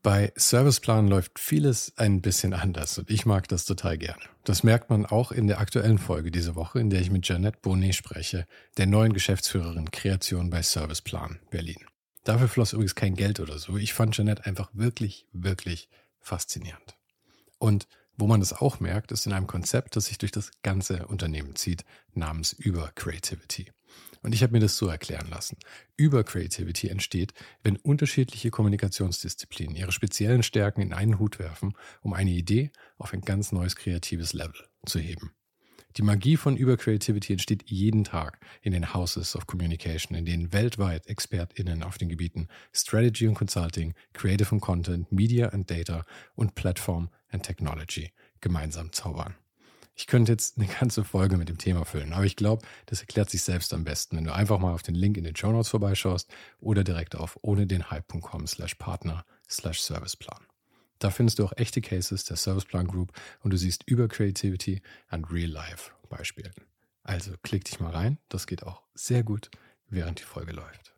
Bei Serviceplan läuft vieles ein bisschen anders und ich mag das total gerne. Das merkt man auch in der aktuellen Folge diese Woche, in der ich mit Jeanette Bonnet spreche, der neuen Geschäftsführerin Kreation bei Serviceplan Berlin. Dafür floss übrigens kein Geld oder so. Ich fand Jeanette einfach wirklich, wirklich faszinierend. Und wo man das auch merkt, ist in einem Konzept, das sich durch das ganze Unternehmen zieht, namens Über-Creativity. Und ich habe mir das so erklären lassen. Über-Creativity entsteht, wenn unterschiedliche Kommunikationsdisziplinen ihre speziellen Stärken in einen Hut werfen, um eine Idee auf ein ganz neues kreatives Level zu heben. Die Magie von Über-Creativity entsteht jeden Tag in den Houses of Communication, in denen weltweit ExpertInnen auf den Gebieten Strategy und Consulting, Creative und Content, Media and Data und Platform and Technology gemeinsam zaubern. Ich könnte jetzt eine ganze Folge mit dem Thema füllen, aber ich glaube, das erklärt sich selbst am besten, wenn du einfach mal auf den Link in den Shownotes vorbeischaust oder direkt auf ohnedenhype.com/partner/Serviceplan. Da findest du auch echte Cases der Serviceplan Group und du siehst über Creativity an Real-Life-Beispielen. Also klick dich mal rein, das geht auch sehr gut, während die Folge läuft.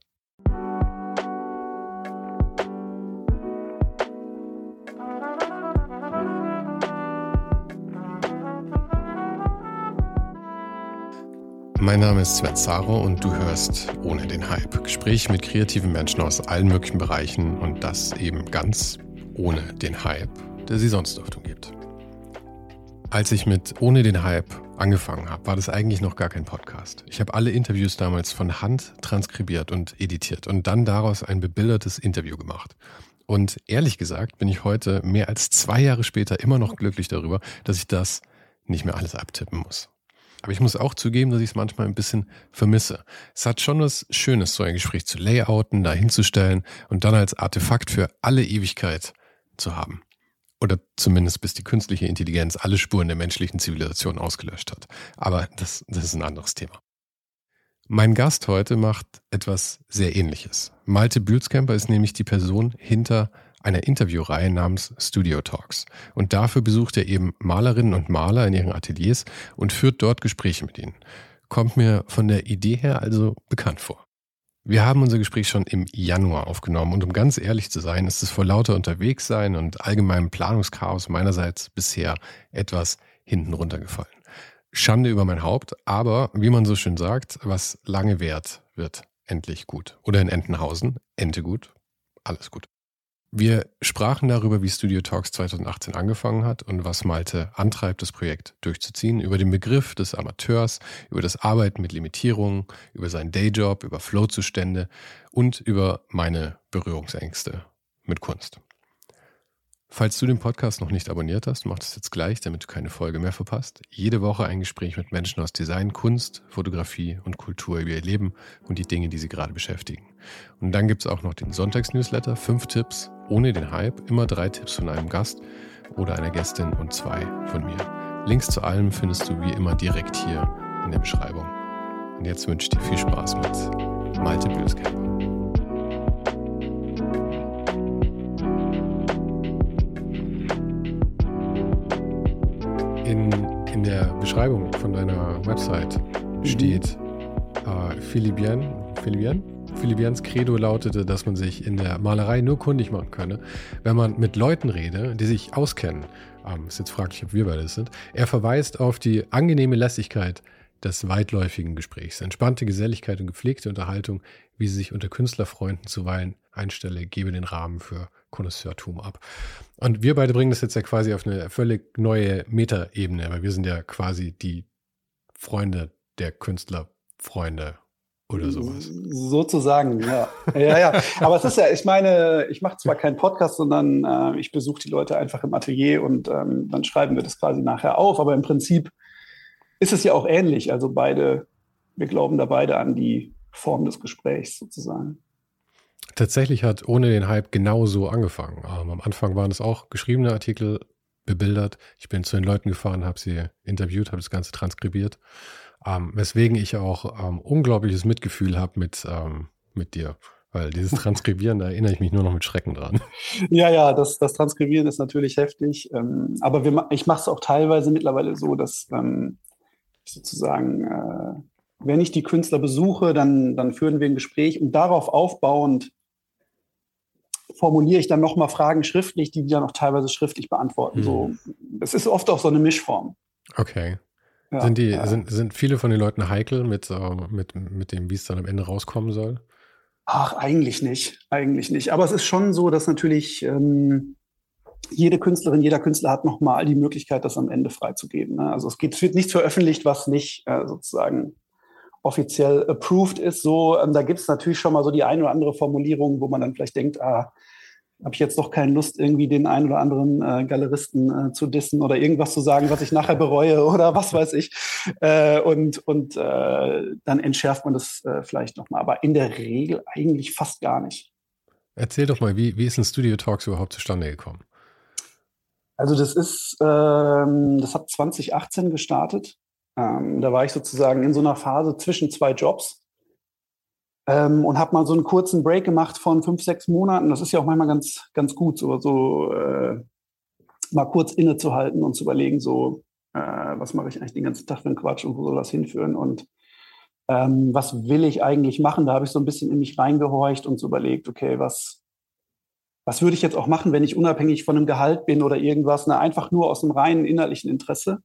Mein Name ist Sven Zaro und du hörst Ohne den Hype. Gespräche mit kreativen Menschen aus allen möglichen Bereichen und das eben ganz ohne den Hype, der sie sonst oft umgibt. Als ich mit Ohne den Hype angefangen habe, war das eigentlich noch gar kein Podcast. Ich habe alle Interviews damals von Hand transkribiert und editiert und dann daraus ein bebildertes Interview gemacht. Und ehrlich gesagt bin ich heute mehr als 2 Jahre später immer noch glücklich darüber, dass ich das nicht mehr alles abtippen muss. Aber ich muss auch zugeben, dass ich es manchmal ein bisschen vermisse. Es hat schon was Schönes, so ein Gespräch zu layouten, da hinzustellen und dann als Artefakt für alle Ewigkeit zu haben. Oder zumindest bis die künstliche Intelligenz alle Spuren der menschlichen Zivilisation ausgelöscht hat. Aber das ist ein anderes Thema. Mein Gast heute macht etwas sehr Ähnliches. Malte Bülzkemper ist nämlich die Person hinter einer Interviewreihe namens Studio Talks. Und dafür besucht er eben Malerinnen und Maler in ihren Ateliers und führt dort Gespräche mit ihnen. Kommt mir von der Idee her also bekannt vor. Wir haben unser Gespräch schon im Januar aufgenommen und um ganz ehrlich zu sein, ist es vor lauter Unterwegssein und allgemeinem Planungschaos meinerseits bisher etwas hinten runtergefallen. Schande über mein Haupt, aber wie man so schön sagt, was lange währt, wird endlich gut. Oder in Entenhausen, Ente gut, alles gut. Wir sprachen darüber, wie Studio Talks 2018 angefangen hat und was Malte antreibt, das Projekt durchzuziehen, über den Begriff des Amateurs, über das Arbeiten mit Limitierungen, über seinen Dayjob, über Flow-Zustände und über meine Berührungsängste mit Kunst. Falls du den Podcast noch nicht abonniert hast, mach das jetzt gleich, damit du keine Folge mehr verpasst. Jede Woche ein Gespräch mit Menschen aus Design, Kunst, Fotografie und Kultur über ihr Leben und die Dinge, die sie gerade beschäftigen. Und dann gibt es auch noch den Sonntagsnewsletter, 5 Tipps ohne den Hype, immer 3 Tipps von einem Gast oder einer Gästin und 2 von mir. Links zu allem findest du wie immer direkt hier in der Beschreibung. Und jetzt wünsche ich dir viel Spaß mit Malte Bülzkemper. In der Beschreibung von deiner Website steht Philibbians Credo lautete, dass man sich in der Malerei nur kundig machen könne, wenn man mit Leuten rede, die sich auskennen. Ist jetzt fraglich, ob wir beide das sind. Er verweist auf die angenehme Lässigkeit des weitläufigen Gesprächs, entspannte Geselligkeit und gepflegte Unterhaltung, wie sie sich unter Künstlerfreunden zuweilen einstelle, gebe den Rahmen für Connoisseurtum ab. Und wir beide bringen das jetzt ja quasi auf eine völlig neue Metaebene, weil wir sind ja quasi die Freunde der Künstlerfreunde oder sowas. Sozusagen, ja. Ja. Aber es ist ja, ich meine, ich mache zwar keinen Podcast, sondern ich besuche die Leute einfach im Atelier und dann schreiben wir das quasi nachher auf. Aber im Prinzip ist es ja auch ähnlich. Also wir glauben da beide an die Form des Gesprächs sozusagen. Tatsächlich hat Ohne den Hype genau so angefangen. Am Anfang waren es auch geschriebene Artikel, bebildert. Ich bin zu den Leuten gefahren, habe sie interviewt, habe das Ganze transkribiert. Weswegen ich auch unglaubliches Mitgefühl habe mit dir. Weil dieses Transkribieren, da erinnere ich mich nur noch mit Schrecken dran. Ja, das Transkribieren ist natürlich heftig. Aber ich mache es auch teilweise mittlerweile so, dass sozusagen, wenn ich die Künstler besuche, dann führen wir ein Gespräch und darauf aufbauend formuliere ich dann nochmal Fragen schriftlich, die dann auch teilweise schriftlich beantworten. So, es ist oft auch so eine Mischform. Okay. Ja, sind viele von den Leuten heikel mit dem, wie es dann am Ende rauskommen soll? Ach, eigentlich nicht. Eigentlich nicht. Aber es ist schon so, dass natürlich jede Künstlerin, jeder Künstler hat nochmal die Möglichkeit, das am Ende freizugeben. Ne? Also es wird nichts veröffentlicht, was nicht sozusagen offiziell approved ist. So, da gibt es natürlich schon mal so die ein oder andere Formulierung, wo man dann vielleicht denkt, habe ich jetzt doch keine Lust, irgendwie den einen oder anderen Galeristen zu dissen oder irgendwas zu sagen, was ich nachher bereue oder was weiß ich. Und dann entschärft man das vielleicht nochmal. Aber in der Regel eigentlich fast gar nicht. Erzähl doch mal, wie ist ein Studio Talks überhaupt zustande gekommen? Also das hat 2018 gestartet. Da war ich sozusagen in so einer Phase zwischen 2 Jobs. Und habe mal so einen kurzen Break gemacht von 5, 6 Monaten. Das ist ja auch manchmal ganz, ganz gut, so mal kurz innezuhalten und zu überlegen, was mache ich eigentlich den ganzen Tag für einen Quatsch und wo soll das hinführen und was will ich eigentlich machen? Da habe ich so ein bisschen in mich reingehorcht und so überlegt, okay, was würde ich jetzt auch machen, wenn ich unabhängig von einem Gehalt bin oder irgendwas, ne? Einfach nur aus einem reinen innerlichen Interesse.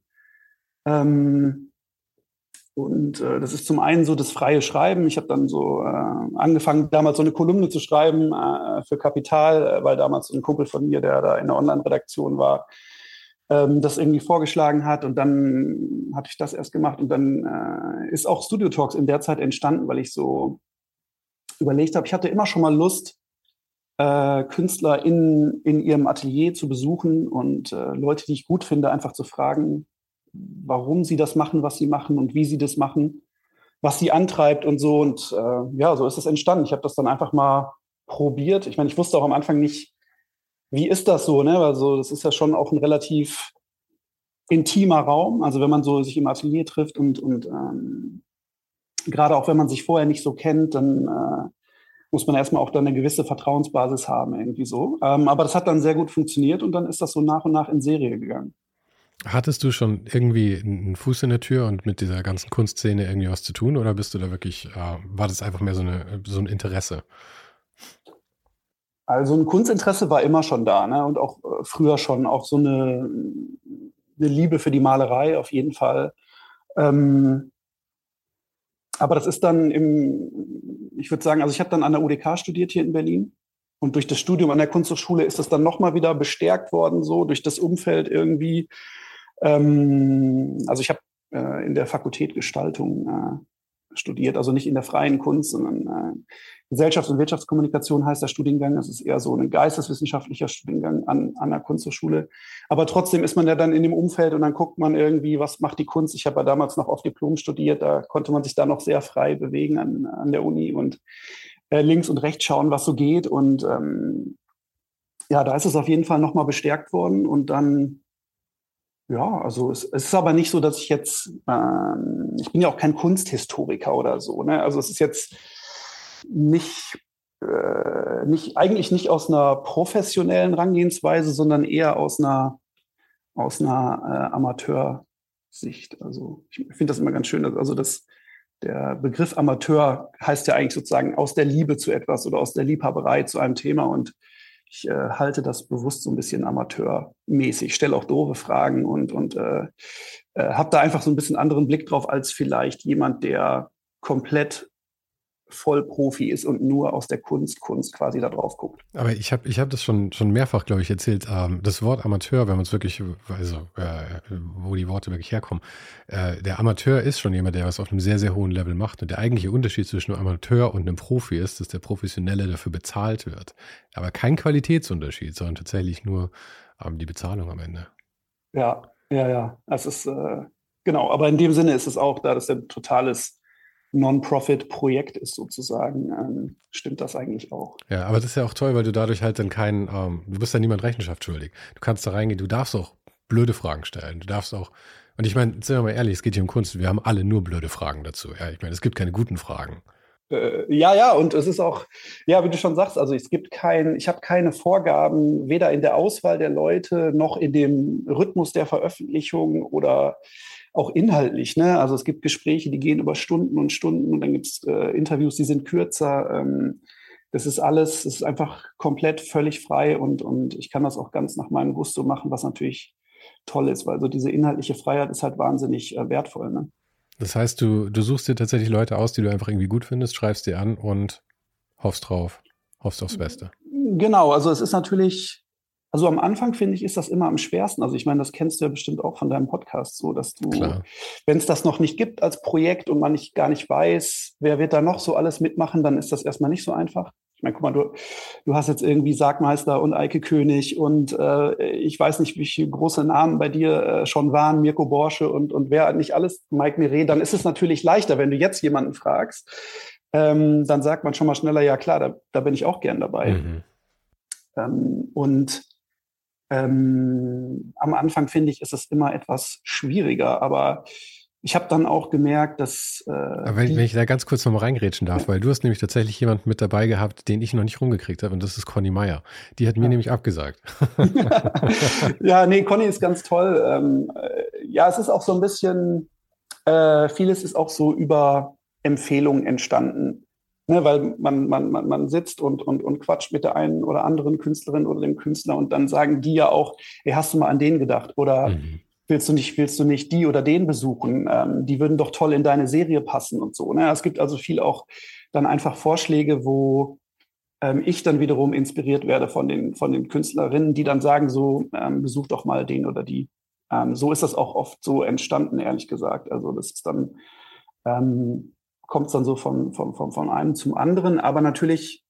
Das ist zum einen so das freie Schreiben. Ich habe dann so angefangen, damals so eine Kolumne zu schreiben für Kapital, weil damals so ein Kumpel von mir, der da in der Online-Redaktion war, das irgendwie vorgeschlagen hat. Und dann hatte ich das erst gemacht. Und dann ist auch Studio Talks in der Zeit entstanden, weil ich so überlegt habe, ich hatte immer schon mal Lust, Künstler in ihrem Atelier zu besuchen und Leute, die ich gut finde, einfach zu fragen, warum sie das machen, was sie machen und wie sie das machen, was sie antreibt und so. Und so ist es entstanden. Ich habe das dann einfach mal probiert. Ich meine, ich wusste auch am Anfang nicht, wie ist das so, ne? Also das ist ja schon auch ein relativ intimer Raum. Also wenn man so sich im Atelier trifft und gerade auch wenn man sich vorher nicht so kennt, dann muss man erstmal auch dann eine gewisse Vertrauensbasis haben, irgendwie so. Aber das hat dann sehr gut funktioniert und dann ist das so nach und nach in Serie gegangen. Hattest du schon irgendwie einen Fuß in der Tür und mit dieser ganzen Kunstszene irgendwie was zu tun oder bist du da wirklich, war das einfach mehr so ein Interesse? Also ein Kunstinteresse war immer schon da, ne? Und auch früher schon auch so eine Liebe für die Malerei auf jeden Fall. Aber das ist dann ich würde sagen, also ich habe dann an der UDK studiert hier in Berlin. Und durch das Studium an der Kunsthochschule ist das dann nochmal wieder bestärkt worden, so durch das Umfeld irgendwie. Also ich habe in der Fakultät Gestaltung studiert, also nicht in der freien Kunst, sondern Gesellschafts- und Wirtschaftskommunikation heißt der Studiengang. Das ist eher so ein geisteswissenschaftlicher Studiengang an der Kunsthochschule. Aber trotzdem ist man ja dann in dem Umfeld und dann guckt man irgendwie, was macht die Kunst. Ich habe ja damals noch auf Diplom studiert, da konnte man sich da noch sehr frei bewegen an der Uni und links und rechts schauen, was so geht. Und da ist es auf jeden Fall nochmal bestärkt worden. Und dann, also es ist aber nicht so, dass ich jetzt, ich bin ja auch kein Kunsthistoriker oder so, ne? Also es ist jetzt eigentlich nicht aus einer professionellen Herangehensweise, sondern eher aus einer Amateursicht. Also ich finde das immer ganz schön. Also der Begriff Amateur heißt ja eigentlich sozusagen aus der Liebe zu etwas oder aus der Liebhaberei zu einem Thema und ich halte das bewusst so ein bisschen amateurmäßig, stelle auch doofe Fragen und habe da einfach so ein bisschen anderen Blick drauf als vielleicht jemand, der komplett Vollprofi ist und nur aus der Kunst quasi da drauf guckt. Aber ich hab das schon mehrfach, glaube ich, erzählt. Das Wort Amateur, wenn man es wirklich, also wo die Worte wirklich herkommen, der Amateur ist schon jemand, der was auf einem sehr, sehr hohen Level macht. Und der eigentliche Unterschied zwischen einem Amateur und einem Profi ist, dass der Professionelle dafür bezahlt wird. Aber kein Qualitätsunterschied, sondern tatsächlich nur die Bezahlung am Ende. Ja. Es ist, genau, aber in dem Sinne ist es auch, da das ein totales Non-Profit-Projekt ist sozusagen, stimmt das eigentlich auch. Ja, aber das ist ja auch toll, weil du dadurch halt dann du bist ja niemand Rechenschaft schuldig. Du kannst da reingehen, du darfst auch blöde Fragen stellen. Du darfst auch, und ich meine, sind wir mal ehrlich, es geht hier um Kunst, wir haben alle nur blöde Fragen dazu. Ja, ich meine, es gibt keine guten Fragen. Und es ist auch, wie du schon sagst, also ich habe keine Vorgaben, weder in der Auswahl der Leute noch in dem Rhythmus der Veröffentlichung oder auch inhaltlich, ne? Also es gibt Gespräche, die gehen über Stunden und Stunden und dann gibt es Interviews, die sind kürzer. Das ist alles, es ist einfach komplett völlig frei und ich kann das auch ganz nach meinem Gusto machen, was natürlich toll ist, weil so diese inhaltliche Freiheit ist halt wahnsinnig wertvoll. Ne? Das heißt, du suchst dir tatsächlich Leute aus, die du einfach irgendwie gut findest, schreibst dir an und hoffst drauf, hoffst aufs Beste. Genau, also es ist natürlich, also am Anfang finde ich, ist das immer am schwersten. Also ich meine, das kennst du ja bestimmt auch von deinem Podcast, so dass du, Klar. wenn es das noch nicht gibt als Projekt und man gar nicht weiß, wer wird da noch so alles mitmachen, dann ist das erstmal nicht so einfach. Ich meine, guck mal, du hast jetzt irgendwie Sargmeister und Eike König und ich weiß nicht, wie viele große Namen bei dir schon waren, Mirko Borsche und wer nicht alles, Mike Miret, dann ist es natürlich leichter, wenn du jetzt jemanden fragst, dann sagt man schon mal schneller, ja klar, da bin ich auch gern dabei. Mhm. Am Anfang finde ich, ist es immer etwas schwieriger, aber ich habe dann auch gemerkt, dass Aber wenn ich da ganz kurz nochmal reingrätschen darf, weil du hast nämlich tatsächlich jemanden mit dabei gehabt, den ich noch nicht rumgekriegt habe, und das ist Conny Meyer. Die hat mir nämlich abgesagt. Ja, nee, Conny ist ganz toll. Ja, es ist auch so ein bisschen, vieles ist auch so über Empfehlungen entstanden. Ne, weil man sitzt und quatscht mit der einen oder anderen Künstlerin oder dem Künstler und dann sagen die ja auch, hey, hast du mal an den gedacht? Oder willst du nicht die oder den besuchen? Die würden doch toll in deine Serie passen und so. Ne? Es gibt also viel auch dann einfach Vorschläge, wo ich dann wiederum inspiriert werde von den Künstlerinnen, die dann sagen so, besuch doch mal den oder die. So ist das auch oft so entstanden, ehrlich gesagt. Also das ist dann kommt es dann so von einem zum anderen. Aber natürlich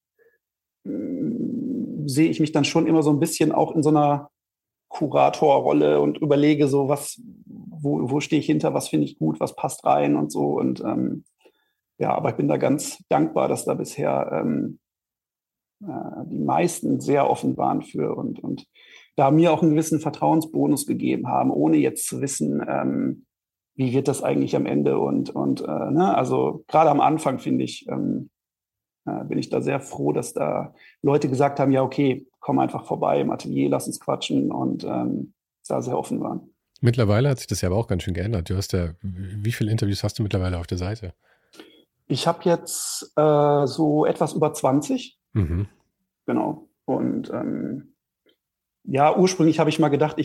sehe ich mich dann schon immer so ein bisschen auch in so einer Kuratorrolle und überlege so, wo stehe ich hinter, was finde ich gut, was passt rein und so. Und ja, aber ich bin da ganz dankbar, dass da bisher die meisten sehr offen waren für und da mir auch einen gewissen Vertrauensbonus gegeben haben, ohne jetzt zu wissen, wie wird das eigentlich am Ende ne? Also gerade am Anfang finde ich, bin ich da sehr froh, dass da Leute gesagt haben, ja okay, komm einfach vorbei im Atelier, lass uns quatschen und da sehr offen waren. Mittlerweile hat sich das ja aber auch ganz schön geändert. Du hast ja, wie viele Interviews hast du mittlerweile auf der Seite? Ich habe jetzt so etwas über 20. Mhm. Genau. Und ja, ursprünglich habe ich mal gedacht,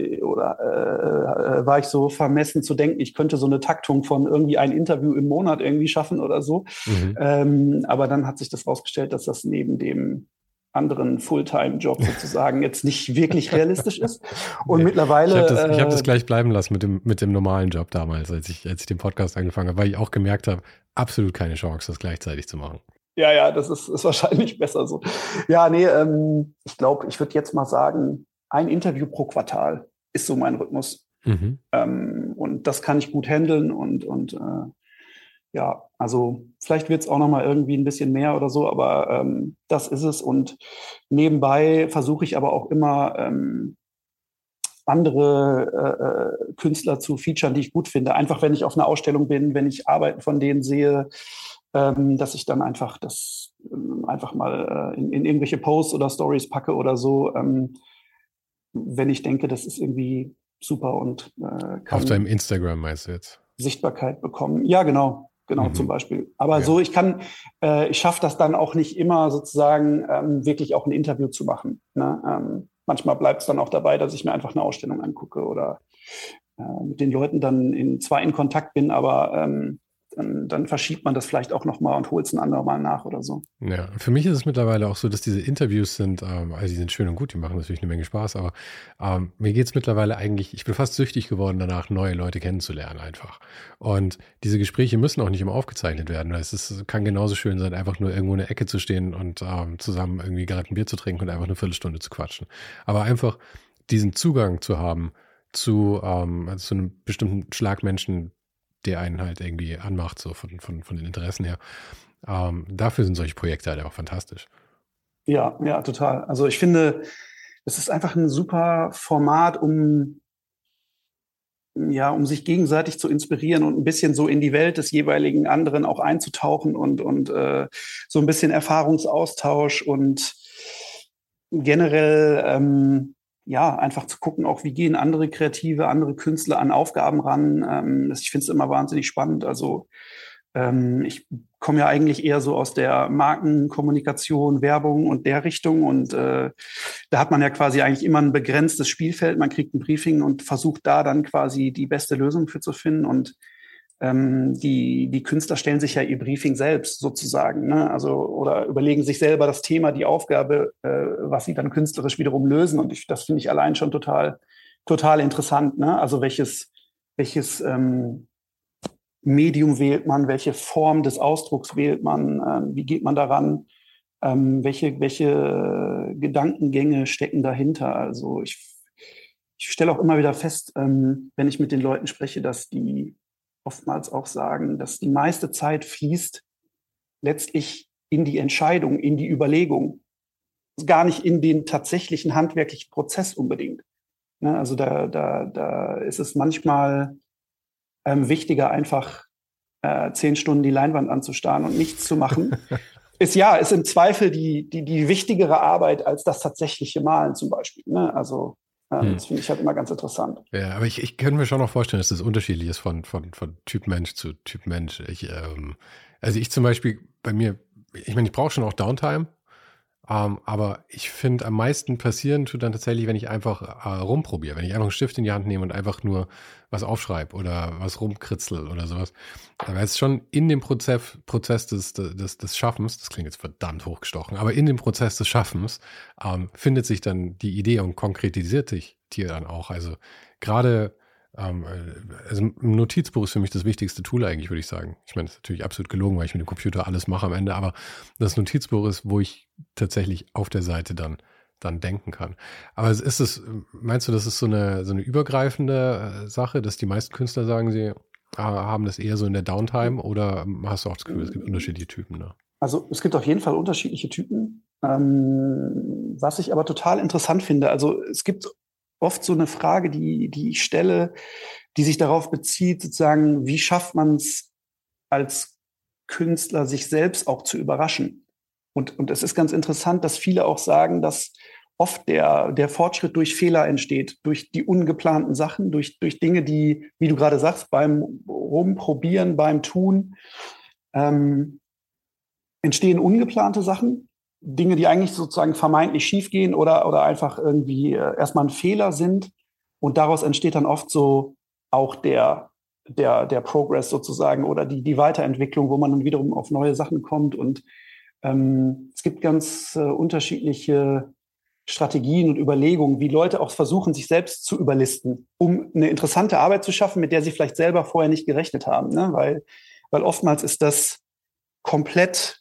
war ich so vermessen zu denken, ich könnte so eine Taktung von irgendwie ein Interview im Monat irgendwie schaffen oder so. Aber dann hat sich das rausgestellt, dass das neben dem anderen Fulltime-Job sozusagen jetzt nicht wirklich realistisch ist. Und mittlerweile. Ich hab das gleich bleiben lassen mit dem normalen Job damals, als ich den Podcast angefangen habe, weil ich auch gemerkt habe, absolut keine Chance, das gleichzeitig zu machen. Ja, das ist wahrscheinlich besser so. Ja, nee, ich glaube, ich würde jetzt mal sagen, ein Interview pro Quartal ist so mein Rhythmus. Und das kann ich gut handeln und ja, also vielleicht wird es auch noch mal irgendwie ein bisschen mehr oder so, aber das ist es. Und nebenbei versuche ich aber auch immer andere Künstler zu featuren, die ich gut finde. Einfach, wenn ich auf einer Ausstellung bin, wenn ich Arbeiten von denen sehe, dass ich dann einfach das einfach mal in irgendwelche Posts oder Stories packe oder so, wenn ich denke, das ist irgendwie super und kann auf deinem Instagram meinst du jetzt? Sichtbarkeit bekommen. Ja, genau zum Beispiel. Aber so, ich schaffe das dann auch nicht immer sozusagen wirklich auch ein Interview zu machen. Ne? Manchmal bleibt es dann auch dabei, dass ich mir einfach eine Ausstellung angucke oder mit den Leuten dann zwar in Kontakt bin, aber dann verschiebt man das vielleicht auch nochmal und holt es ein andermal nach oder so. Ja, für mich ist es mittlerweile auch so, dass diese Interviews sind, also die sind schön und gut, die machen natürlich eine Menge Spaß, aber mir geht es mittlerweile eigentlich, ich bin fast süchtig geworden danach, neue Leute kennenzulernen einfach. Und diese Gespräche müssen auch nicht immer aufgezeichnet werden. Kann genauso schön sein, einfach nur irgendwo in der Ecke zu stehen und zusammen irgendwie gerade ein Bier zu trinken und einfach eine Viertelstunde zu quatschen. Aber einfach diesen Zugang zu haben zu einem bestimmten Schlag Menschen, der einen halt irgendwie anmacht, so von den Interessen her. Dafür sind solche Projekte halt auch fantastisch. Ja, total. Also ich finde, es ist einfach ein super Format, um sich gegenseitig zu inspirieren und ein bisschen so in die Welt des jeweiligen anderen auch einzutauchen und so ein bisschen Erfahrungsaustausch und generell einfach zu gucken, auch wie gehen andere Kreative, andere Künstler an Aufgaben ran. Ich finde es immer wahnsinnig spannend. Also Ich komme ja eigentlich eher so aus der Markenkommunikation, Werbung und der Richtung. Und da hat man ja quasi eigentlich immer ein begrenztes Spielfeld. Man kriegt ein Briefing und versucht da dann quasi die beste Lösung für zu finden. Und die Künstler stellen sich ja ihr Briefing selbst sozusagen, ne? Also, oder überlegen sich selber das Thema, die Aufgabe, was sie dann künstlerisch wiederum lösen. Und das finde ich allein schon total interessant, ne? Also welches Medium wählt man, welche Form des Ausdrucks wählt man, wie geht man daran, welche Gedankengänge stecken dahinter. Also ich stelle auch immer wieder fest, wenn ich mit den Leuten spreche, dass die oftmals auch sagen, dass die meiste Zeit fließt letztlich in die Entscheidung, in die Überlegung, gar nicht in den tatsächlichen handwerklichen Prozess unbedingt. Ne? Also da ist es manchmal wichtiger, einfach 10 Stunden die Leinwand anzustarren und nichts zu machen. Ist im Zweifel die wichtigere Arbeit als das tatsächliche Malen zum Beispiel. Ne? Also das finde ich halt immer ganz interessant. Ja, aber ich könnte mir schon noch vorstellen, dass das unterschiedlich ist von Typ Mensch zu Typ Mensch. Also ich zum Beispiel, bei mir, ich meine, ich brauche schon auch Downtime, aber ich finde, am meisten passieren tut dann tatsächlich, wenn ich einfach rumprobiere, wenn ich einfach einen Stift in die Hand nehme und einfach nur was aufschreibe oder was rumkritzel oder sowas. Aber es ist schon in dem Prozess des Schaffens, das klingt jetzt verdammt hochgestochen, aber in dem Prozess des Schaffens findet sich dann die Idee und konkretisiert sich die dann auch. Also gerade also ein Notizbuch ist für mich das wichtigste Tool eigentlich, würde ich sagen. Ich meine, das ist natürlich absolut gelogen, weil ich mit dem Computer alles mache am Ende, aber das Notizbuch ist, wo ich tatsächlich auf der Seite dann denken kann. Aber meinst du, das ist so eine übergreifende Sache, dass die meisten Künstler sagen, sie haben das eher so in der Downtime, oder hast du auch das Gefühl, es gibt unterschiedliche Typen? Ne? Also es gibt auf jeden Fall unterschiedliche Typen. Was ich aber total interessant finde, also es gibt oft so eine Frage, die ich stelle, die sich darauf bezieht, sozusagen, wie schafft man es als Künstler, sich selbst auch zu überraschen? Und es ist ganz interessant, dass viele auch sagen, dass oft der Fortschritt durch Fehler entsteht, durch die ungeplanten Sachen, durch Dinge, die, wie du gerade sagst, beim Rumprobieren, beim Tun, entstehen ungeplante Sachen. Dinge, die eigentlich sozusagen vermeintlich schiefgehen oder einfach irgendwie erstmal ein Fehler sind. Und daraus entsteht dann oft so auch der Progress sozusagen oder die Weiterentwicklung, wo man dann wiederum auf neue Sachen kommt. Und es gibt ganz unterschiedliche Strategien und Überlegungen, wie Leute auch versuchen, sich selbst zu überlisten, um eine interessante Arbeit zu schaffen, mit der sie vielleicht selber vorher nicht gerechnet haben. Ne? Weil oftmals ist das komplett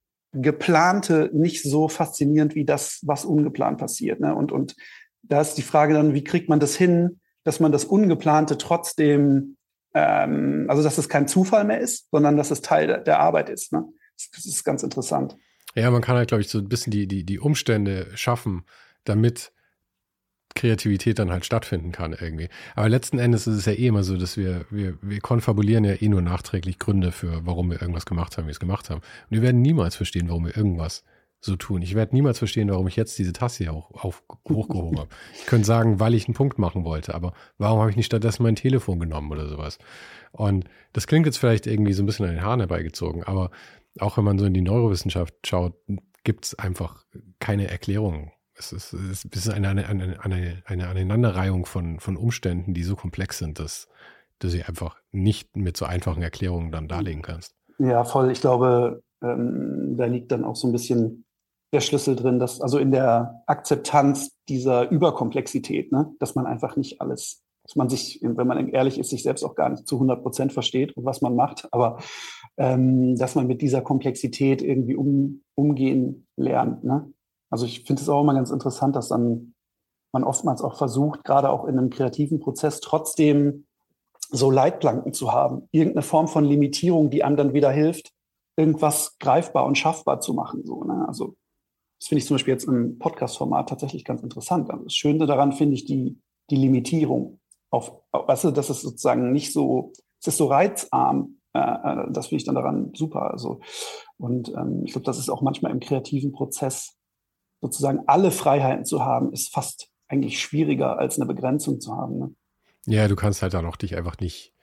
Geplante nicht so faszinierend wie das, was ungeplant passiert. Ne? Und da ist die Frage dann, wie kriegt man das hin, dass man das Ungeplante trotzdem, also dass es kein Zufall mehr ist, sondern dass es Teil der Arbeit ist. Ne? Das ist ganz interessant. Ja, man kann halt, glaube ich, so ein bisschen die Umstände schaffen, damit Kreativität dann halt stattfinden kann irgendwie. Aber letzten Endes ist es ja eh immer so, dass wir konfabulieren ja eh nur nachträglich Gründe für, warum wir irgendwas gemacht haben, wie wir es gemacht haben. Und wir werden niemals verstehen, warum wir irgendwas so tun. Ich werde niemals verstehen, warum ich jetzt diese Tasse hier hochgehoben habe. Ich könnte sagen, weil ich einen Punkt machen wollte, aber warum habe ich nicht stattdessen mein Telefon genommen oder sowas? Und das klingt jetzt vielleicht irgendwie so ein bisschen an den Haaren herbeigezogen, aber auch wenn man so in die Neurowissenschaft schaut, gibt es einfach keine Erklärung. Es ist eine Aneinanderreihung von Umständen, die so komplex sind, dass du sie einfach nicht mit so einfachen Erklärungen dann darlegen kannst. Ja, voll. Ich glaube, da liegt dann auch so ein bisschen der Schlüssel drin, dass also in der Akzeptanz dieser Überkomplexität, ne, dass man einfach nicht alles, dass man sich, wenn man ehrlich ist, sich selbst auch gar nicht zu 100% versteht, was man macht, aber dass man mit dieser Komplexität irgendwie umgehen lernt, ne? Also ich finde es auch immer ganz interessant, dass dann man oftmals auch versucht, gerade auch in einem kreativen Prozess trotzdem so Leitplanken zu haben, irgendeine Form von Limitierung, die einem dann wieder hilft, irgendwas greifbar und schaffbar zu machen. So, ne? Also das finde ich zum Beispiel jetzt im Podcast-Format tatsächlich ganz interessant. Also das Schöne daran finde ich die Limitierung. Weißt du, das ist sozusagen nicht so, es ist so reizarm. Das finde ich dann daran super. Also, und ich glaube, das ist auch manchmal im kreativen Prozess sozusagen alle Freiheiten zu haben, ist fast eigentlich schwieriger als eine Begrenzung zu haben. Ne? Ja, du kannst halt dann auch dich einfach nicht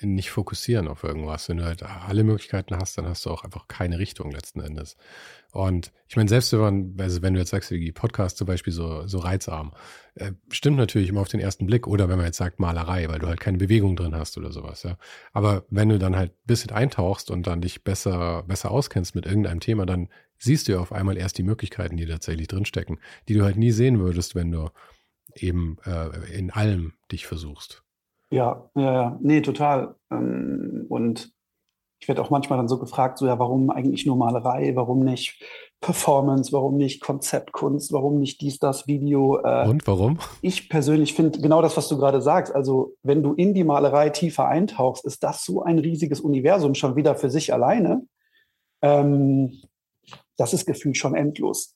nicht fokussieren auf irgendwas. Wenn du halt alle Möglichkeiten hast, dann hast du auch einfach keine Richtung letzten Endes. Und ich meine, selbst wenn du jetzt sagst, die Podcasts zum Beispiel so reizarm, stimmt natürlich immer auf den ersten Blick. Oder wenn man jetzt sagt Malerei, weil du halt keine Bewegung drin hast oder sowas. Ja. Aber wenn du dann halt ein bisschen eintauchst und dann dich besser auskennst mit irgendeinem Thema, dann siehst du ja auf einmal erst die Möglichkeiten, die tatsächlich drinstecken, die du halt nie sehen würdest, wenn du eben in allem dich versuchst. Ja, ja, ja, nee, total. Und ich werde auch manchmal dann so gefragt, so ja, warum eigentlich nur Malerei, warum nicht Performance, warum nicht Konzeptkunst, warum nicht dies, das Video. Und warum? Ich persönlich finde genau das, was du gerade sagst. Also wenn du in die Malerei tiefer eintauchst, ist das so ein riesiges Universum schon wieder für sich alleine. Das ist gefühlt schon endlos.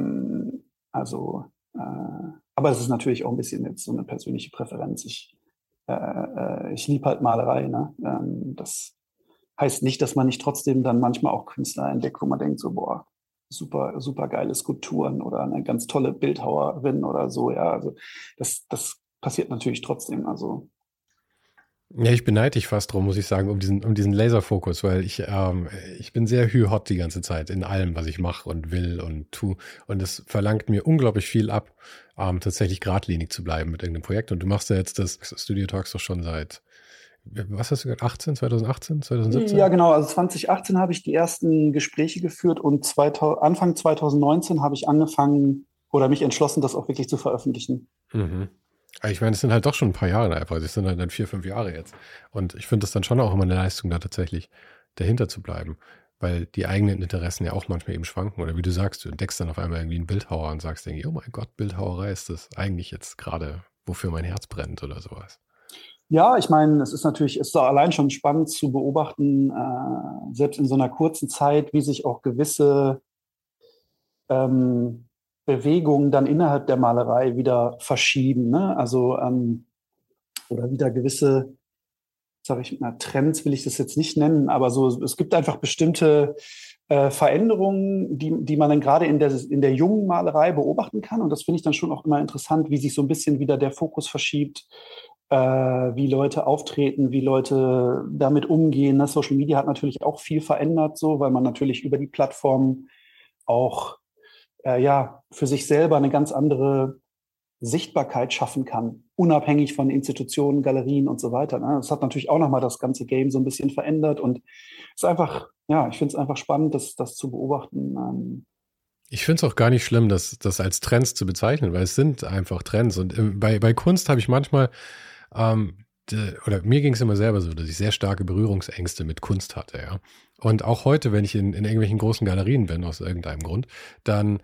Aber es ist natürlich auch ein bisschen jetzt so eine persönliche Präferenz. Ich liebe halt Malerei. Ne? Das heißt nicht, dass man nicht trotzdem dann manchmal auch Künstler entdeckt, wo man denkt so, boah, super, super geile Skulpturen oder eine ganz tolle Bildhauerin oder so. Ja, also das passiert natürlich trotzdem. Also Ja, ich beneide dich fast drum, muss ich sagen, um diesen Laserfokus, weil ich bin sehr hü-hot die ganze Zeit in allem, was ich mache und will und tue. Und es verlangt mir unglaublich viel ab, tatsächlich geradlinig zu bleiben mit irgendeinem Projekt. Und du machst ja jetzt das Studio Talks doch schon seit, was hast du gesagt, 2018, 2017? ja, genau. Also 2018 habe ich die ersten Gespräche geführt und Anfang 2019 habe ich angefangen oder mich entschlossen, das auch wirklich zu veröffentlichen. Mhm. Aber ich meine, es sind halt doch schon ein paar Jahre einfach. Es sind halt dann 4, 5 Jahre jetzt. Und ich finde das dann schon auch immer eine Leistung, da tatsächlich dahinter zu bleiben. Weil die eigenen Interessen ja auch manchmal eben schwanken. Oder wie du sagst, du entdeckst dann auf einmal irgendwie einen Bildhauer und sagst irgendwie, oh mein Gott, Bildhauerei ist das eigentlich jetzt gerade, wofür mein Herz brennt oder sowas. Ja, ich meine, es ist doch allein schon spannend zu beobachten, selbst in so einer kurzen Zeit, wie sich auch gewisse Bewegungen dann innerhalb der Malerei wieder verschieben. Ne? Also oder wieder gewisse, sage ich mal, Trends will ich das jetzt nicht nennen, aber so es gibt einfach bestimmte Veränderungen, die man dann gerade in der jungen Malerei beobachten kann. Und das finde ich dann schon auch immer interessant, wie sich so ein bisschen wieder der Fokus verschiebt, wie Leute auftreten, wie Leute damit umgehen. Ne? Social Media hat natürlich auch viel verändert, so, weil man natürlich über die Plattform auch für sich selber eine ganz andere Sichtbarkeit schaffen kann, unabhängig von Institutionen, Galerien und so weiter. Ne? Das hat natürlich auch nochmal das ganze Game so ein bisschen verändert und es ist einfach, ja, ich finde es einfach spannend, das zu beobachten. Ich finde es auch gar nicht schlimm, das als Trends zu bezeichnen, weil es sind einfach Trends. Und bei Kunst habe ich manchmal, oder mir ging es immer selber so, dass ich sehr starke Berührungsängste mit Kunst hatte, ja. Und auch heute, wenn ich in irgendwelchen großen Galerien bin, aus irgendeinem Grund, dann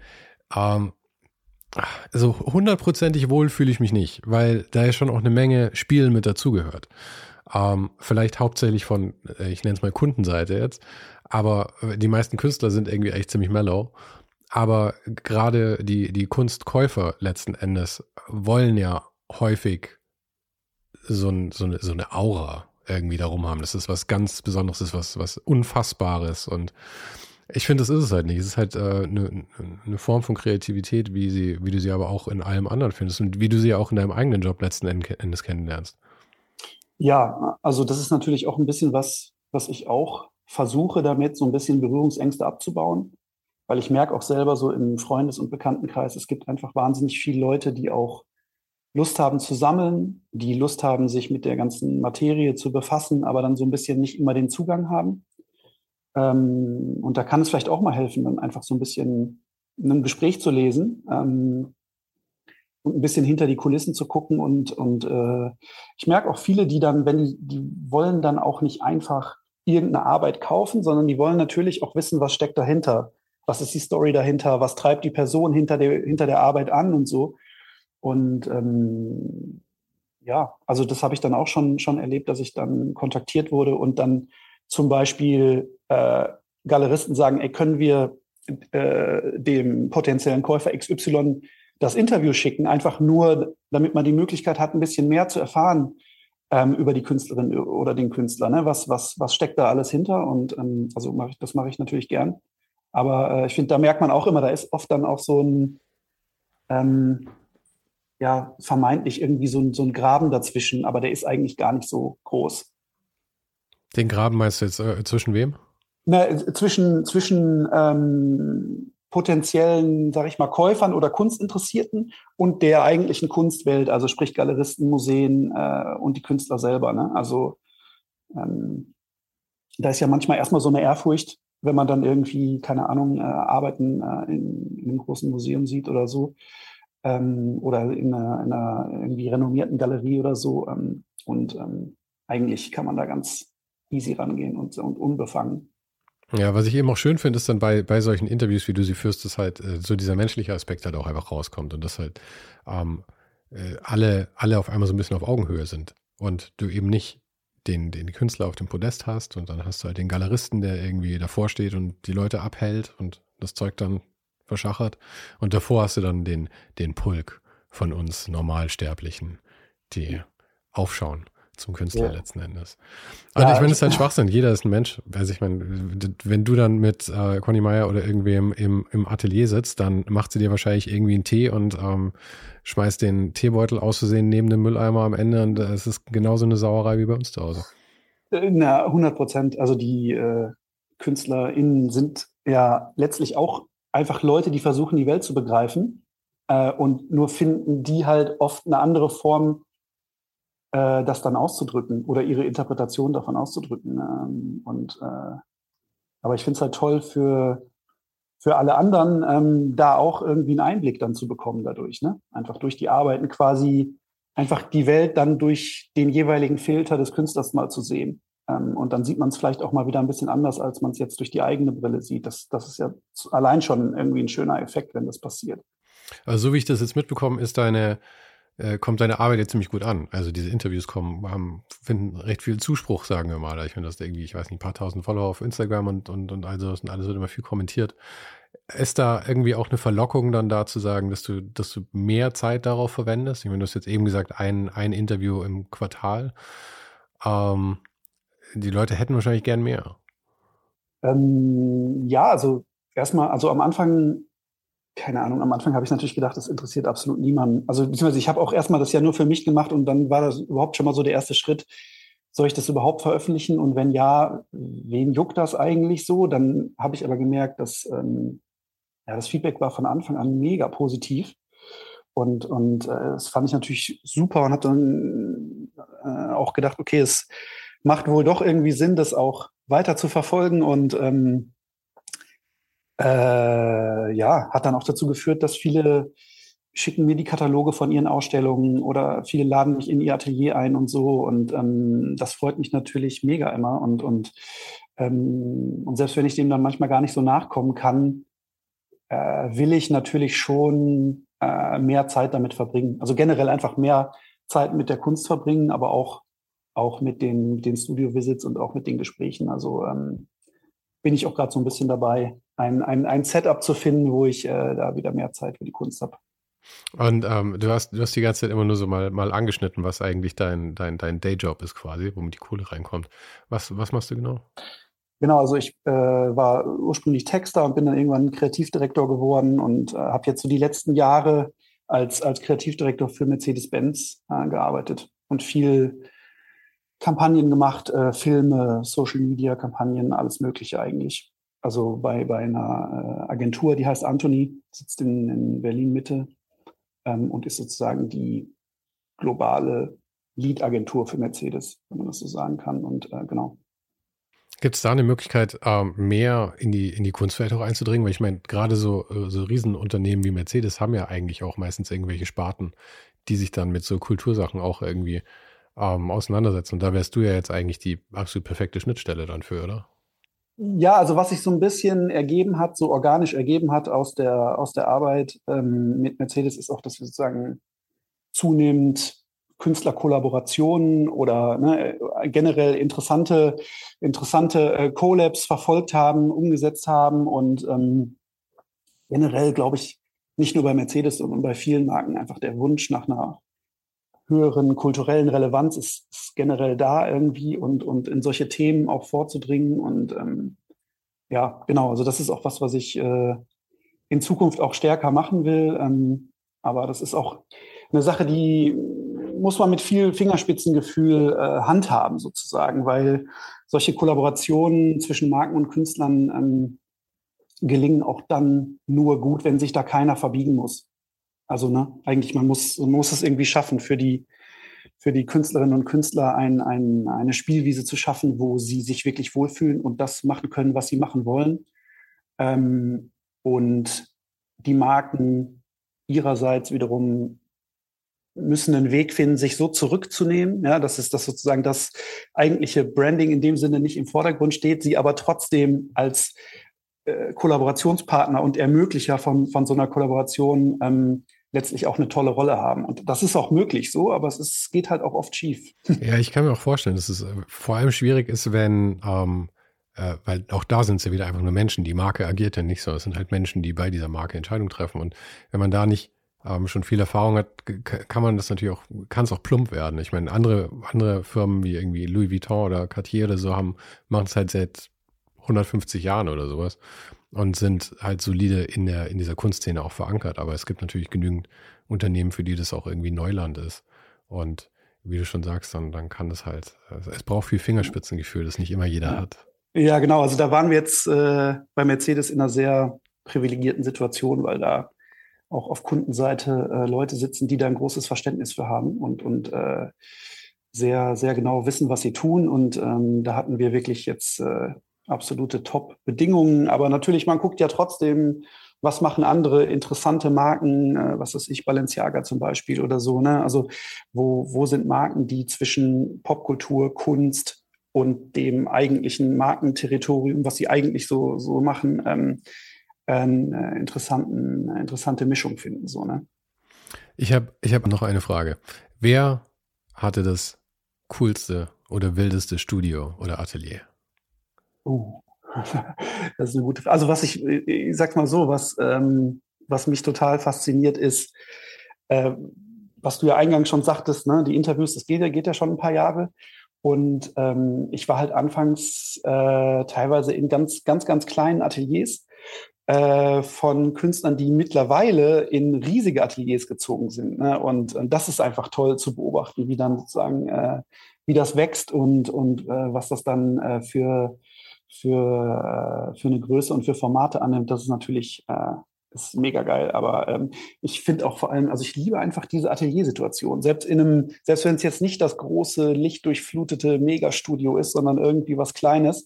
so 100%ig wohl fühle ich mich nicht, weil da ja schon auch eine Menge Spielen mit dazugehört. Vielleicht hauptsächlich von, ich nenne es mal Kundenseite jetzt, aber die meisten Künstler sind irgendwie echt ziemlich mellow. Aber gerade die Kunstkäufer letzten Endes wollen ja häufig so eine Aura irgendwie darum haben. Das ist was ganz Besonderes, das ist was Unfassbares. Und ich finde, das ist es halt nicht. Es ist halt eine Form von Kreativität, wie du sie aber auch in allem anderen findest und wie du sie auch in deinem eigenen Job letzten Endes kennenlernst. Ja, also das ist natürlich auch ein bisschen was ich auch versuche damit, so ein bisschen Berührungsängste abzubauen, weil ich merke auch selber so im Freundes- und Bekanntenkreis, es gibt einfach wahnsinnig viele Leute, die auch Lust haben zu sammeln, die Lust haben, sich mit der ganzen Materie zu befassen, aber dann so ein bisschen nicht immer den Zugang haben. Und da kann es vielleicht auch mal helfen, dann einfach so ein bisschen ein Gespräch zu lesen und ein bisschen hinter die Kulissen zu gucken. Und ich merke auch viele, die dann, die wollen dann auch nicht einfach irgendeine Arbeit kaufen, sondern die wollen natürlich auch wissen, was steckt dahinter. Was ist die Story dahinter? Was treibt die Person hinter der Arbeit an und so. Und ja, also das habe ich dann auch schon erlebt, dass ich dann kontaktiert wurde und dann zum Beispiel Galeristen sagen, ey, können wir dem potenziellen Käufer XY das Interview schicken, einfach nur, damit man die Möglichkeit hat, ein bisschen mehr zu erfahren über die Künstlerin oder den Künstler. Ne? Was steckt da alles hinter? Und also das mache ich natürlich gern. Aber ich finde, da merkt man auch immer, da ist oft dann auch so ein vermeintlich irgendwie so ein Graben dazwischen, aber der ist eigentlich gar nicht so groß. Den Graben meinst du jetzt zwischen wem? Zwischen potenziellen, sag ich mal, Käufern oder Kunstinteressierten und der eigentlichen Kunstwelt, also sprich Galeristen, Museen und die Künstler selber. Ne? Also da ist ja manchmal erstmal so eine Ehrfurcht, wenn man dann irgendwie, keine Ahnung, Arbeiten in einem großen Museum sieht oder so. Oder in einer irgendwie renommierten Galerie oder so. Eigentlich kann man da ganz easy rangehen und unbefangen. Ja, was ich eben auch schön finde, ist dann bei solchen Interviews, wie du sie führst, dass halt so dieser menschliche Aspekt halt auch einfach rauskommt und dass halt alle auf einmal so ein bisschen auf Augenhöhe sind und du eben nicht den Künstler auf dem Podest hast und dann hast du halt den Galeristen, der irgendwie davor steht und die Leute abhält und das Zeug dann verschachert und davor hast du dann den Pulk von uns Normalsterblichen, die aufschauen zum Künstler letzten Endes. Und ich meine, es ist halt Schwachsinn. Jeder ist ein Mensch. Also ich meine, wenn du dann mit Conny Meyer oder irgendwem im Atelier sitzt, dann macht sie dir wahrscheinlich irgendwie einen Tee und schmeißt den Teebeutel aus Versehen neben dem Mülleimer am Ende und es ist genauso eine Sauerei wie bei uns zu Hause. 100%. Also die KünstlerInnen sind ja letztlich auch einfach Leute, die versuchen, die Welt zu begreifen und nur finden die halt oft eine andere Form, das dann auszudrücken oder ihre Interpretation davon auszudrücken. Aber ich finde es halt toll für alle anderen, da auch irgendwie einen Einblick dann zu bekommen dadurch. Ne? Einfach durch die Arbeiten quasi einfach die Welt dann durch den jeweiligen Filter des Künstlers mal zu sehen. Und dann sieht man es vielleicht auch mal wieder ein bisschen anders, als man es jetzt durch die eigene Brille sieht. Das ist ja allein schon irgendwie ein schöner Effekt, wenn das passiert. Also so wie ich das jetzt mitbekomme, kommt deine Arbeit jetzt ziemlich gut an. Also diese Interviews finden recht viel Zuspruch, sagen wir mal. Ich finde das irgendwie, ich weiß nicht, ein paar tausend Follower auf Instagram und also das und alles wird immer viel kommentiert. Ist da irgendwie auch eine Verlockung dann da zu sagen, dass du mehr Zeit darauf verwendest? Ich meine, du hast jetzt eben gesagt, ein Interview im Quartal. Die Leute hätten wahrscheinlich gern mehr. Ja, also erstmal, also am Anfang, keine Ahnung, am Anfang habe ich natürlich gedacht, das interessiert absolut niemanden. Also beziehungsweise ich habe auch erstmal das ja nur für mich gemacht und dann war das überhaupt schon mal so der erste Schritt, soll ich das überhaupt veröffentlichen? Und wenn ja, wen juckt das eigentlich so? Dann habe ich aber gemerkt, dass das Feedback war von Anfang an mega positiv. Und das fand ich natürlich super und habe dann auch gedacht, okay, es macht wohl doch irgendwie Sinn, das auch weiter zu verfolgen und hat dann auch dazu geführt, dass viele schicken mir die Kataloge von ihren Ausstellungen oder viele laden mich in ihr Atelier ein und so. Und das freut mich natürlich mega immer. Und selbst wenn ich dem dann manchmal gar nicht so nachkommen kann, will ich natürlich schon mehr Zeit damit verbringen. Also generell einfach mehr Zeit mit der Kunst verbringen, aber auch mit den Studio-Visits und auch mit den Gesprächen. Also bin ich auch gerade so ein bisschen dabei, ein Setup zu finden, wo ich da wieder mehr Zeit für die Kunst habe. Und du hast die ganze Zeit immer nur so mal angeschnitten, was eigentlich dein Dayjob ist quasi, womit die Kohle reinkommt. Was machst du genau? Genau, also ich war ursprünglich Texter und bin dann irgendwann Kreativdirektor geworden und habe jetzt so die letzten Jahre als Kreativdirektor für Mercedes-Benz gearbeitet und viel Kampagnen gemacht, Filme, Social-Media-Kampagnen, alles Mögliche eigentlich. Also bei einer Agentur, die heißt Anthony, sitzt in Berlin-Mitte und ist sozusagen die globale Lead-Agentur für Mercedes, wenn man das so sagen kann. Und genau. Gibt es da eine Möglichkeit, mehr in die Kunstwelt auch einzudringen? Weil ich meine, gerade so Riesenunternehmen wie Mercedes haben ja eigentlich auch meistens irgendwelche Sparten, die sich dann mit so Kultursachen auch irgendwie auseinandersetzen. Und da wärst du ja jetzt eigentlich die absolut perfekte Schnittstelle dann für, oder? Ja, also was sich so ein bisschen ergeben hat, so organisch ergeben hat aus der Arbeit mit Mercedes, ist auch, dass wir sozusagen zunehmend Künstlerkollaborationen oder generell interessante Collabs verfolgt haben, umgesetzt haben und generell, glaube ich, nicht nur bei Mercedes, sondern bei vielen Marken einfach der Wunsch nach einer höheren kulturellen Relevanz ist generell da irgendwie und in solche Themen auch vorzudringen. Und ja, genau, also das ist auch was ich in Zukunft auch stärker machen will. Aber das ist auch eine Sache, die muss man mit viel Fingerspitzengefühl handhaben sozusagen, weil solche Kollaborationen zwischen Marken und Künstlern gelingen auch dann nur gut, wenn sich da keiner verbiegen muss. Also eigentlich man muss es irgendwie schaffen, für die Künstlerinnen und Künstler eine Spielwiese zu schaffen, wo sie sich wirklich wohlfühlen und das machen können, was sie machen wollen. Und die Marken ihrerseits wiederum müssen einen Weg finden, sich so zurückzunehmen, ja, dass sozusagen das eigentliche Branding in dem Sinne nicht im Vordergrund steht, sie aber trotzdem als Kollaborationspartner und Ermöglicher von so einer Kollaboration letztlich auch eine tolle Rolle haben. Und das ist auch möglich so, aber es geht halt auch oft schief. Ja, ich kann mir auch vorstellen, dass es vor allem schwierig ist, wenn, weil auch da sind es ja wieder einfach nur Menschen. Die Marke agiert ja nicht so. Es sind halt Menschen, die bei dieser Marke Entscheidungen treffen. Und wenn man da nicht schon viel Erfahrung hat, kann es auch plump werden. Ich meine, andere Firmen wie irgendwie Louis Vuitton oder Cartier oder so machen es halt seit 150 Jahren oder sowas und sind halt solide in dieser Kunstszene auch verankert. Aber es gibt natürlich genügend Unternehmen, für die das auch irgendwie Neuland ist. Und wie du schon sagst, dann kann das halt, es braucht viel Fingerspitzengefühl, das nicht immer jeder hat. Ja, genau. Also da waren wir jetzt bei Mercedes in einer sehr privilegierten Situation, weil da auch auf Kundenseite Leute sitzen, die da ein großes Verständnis für haben und sehr, sehr genau wissen, was sie tun. Und da hatten wir wirklich jetzt absolute Top-Bedingungen. Aber natürlich, man guckt ja trotzdem, was machen andere interessante Marken, was weiß ich, Balenciaga zum Beispiel oder so. Ne? Also wo sind Marken, die zwischen Popkultur, Kunst und dem eigentlichen Markenterritorium, was sie eigentlich so machen, interessante Mischung finden. So, ne? Ich hab noch eine Frage. Wer hatte das coolste oder wildeste Studio oder Atelier? Das ist eine gute Frage. Also ich sag mal so, was mich total fasziniert ist, was du ja eingangs schon sagtest, ne, die Interviews, das geht ja schon ein paar Jahre. Und ich war halt anfangs teilweise in ganz, ganz, ganz kleinen Ateliers von Künstlern, die mittlerweile in riesige Ateliers gezogen sind. Ne? Und das ist einfach toll zu beobachten, wie dann sozusagen, wie das wächst und was das dann für eine Größe und für Formate annimmt. Das ist natürlich ist mega geil. Aber ich finde auch vor allem, also ich liebe einfach diese Ateliersituation. Selbst wenn es jetzt nicht das große, lichtdurchflutete Megastudio ist, sondern irgendwie was Kleines,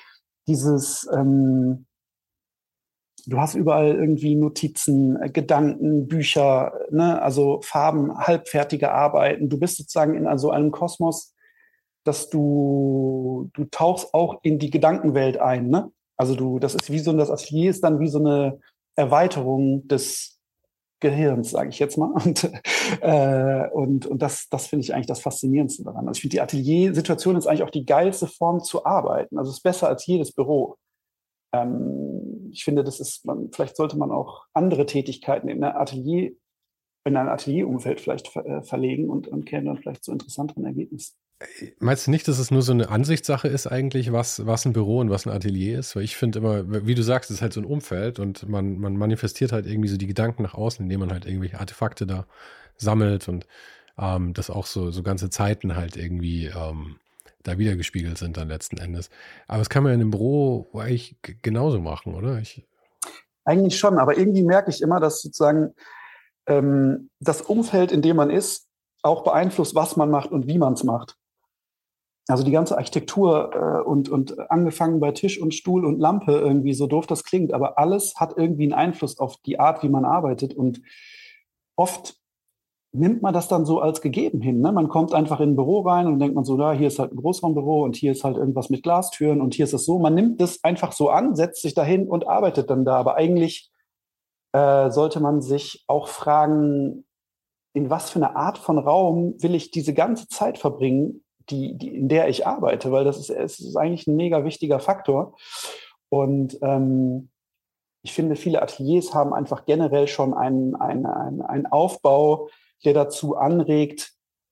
du hast überall irgendwie Notizen, Gedanken, Bücher, ne? Also Farben, halbfertige Arbeiten. Du bist sozusagen in so einem Kosmos, dass du tauchst auch in die Gedankenwelt ein, ne? Also das Atelier ist dann wie so eine Erweiterung des Gehirns, sage ich jetzt mal. Und das finde ich eigentlich das Faszinierendste daran. Also ich finde, die Ateliersituation ist eigentlich auch die geilste Form zu arbeiten. Also es ist besser als jedes Büro. Ich finde, vielleicht sollte man auch andere Tätigkeiten in ein Atelierumfeld vielleicht verlegen und käme dann vielleicht zu interessanteren Ergebnissen. Meinst du nicht, dass es nur so eine Ansichtssache ist eigentlich, was ein Büro und was ein Atelier ist? Weil ich finde immer, wie du sagst, es ist halt so ein Umfeld und man manifestiert halt irgendwie so die Gedanken nach außen, indem man halt irgendwelche Artefakte da sammelt und das auch so ganze Zeiten halt irgendwie da wiedergespiegelt sind dann letzten Endes. Aber das kann man ja in einem Büro eigentlich genauso machen, oder? Eigentlich schon, aber irgendwie merke ich immer, dass sozusagen das Umfeld, in dem man ist, auch beeinflusst, was man macht und wie man es macht. Also die ganze Architektur und angefangen bei Tisch und Stuhl und Lampe, irgendwie so doof das klingt, aber alles hat irgendwie einen Einfluss auf die Art, wie man arbeitet. Und oft nimmt man das dann so als gegeben hin. Ne? Man kommt einfach in ein Büro rein und denkt man so, ja, hier ist halt ein Großraumbüro und hier ist halt irgendwas mit Glastüren und hier ist es so. Man nimmt das einfach so an, setzt sich dahin und arbeitet dann da. Aber eigentlich sollte man sich auch fragen, in was für eine Art von Raum will ich diese ganze Zeit verbringen, in der ich arbeite, weil es ist eigentlich ein mega wichtiger Faktor. Und ich finde, viele Ateliers haben einfach generell schon einen Aufbau, der dazu anregt,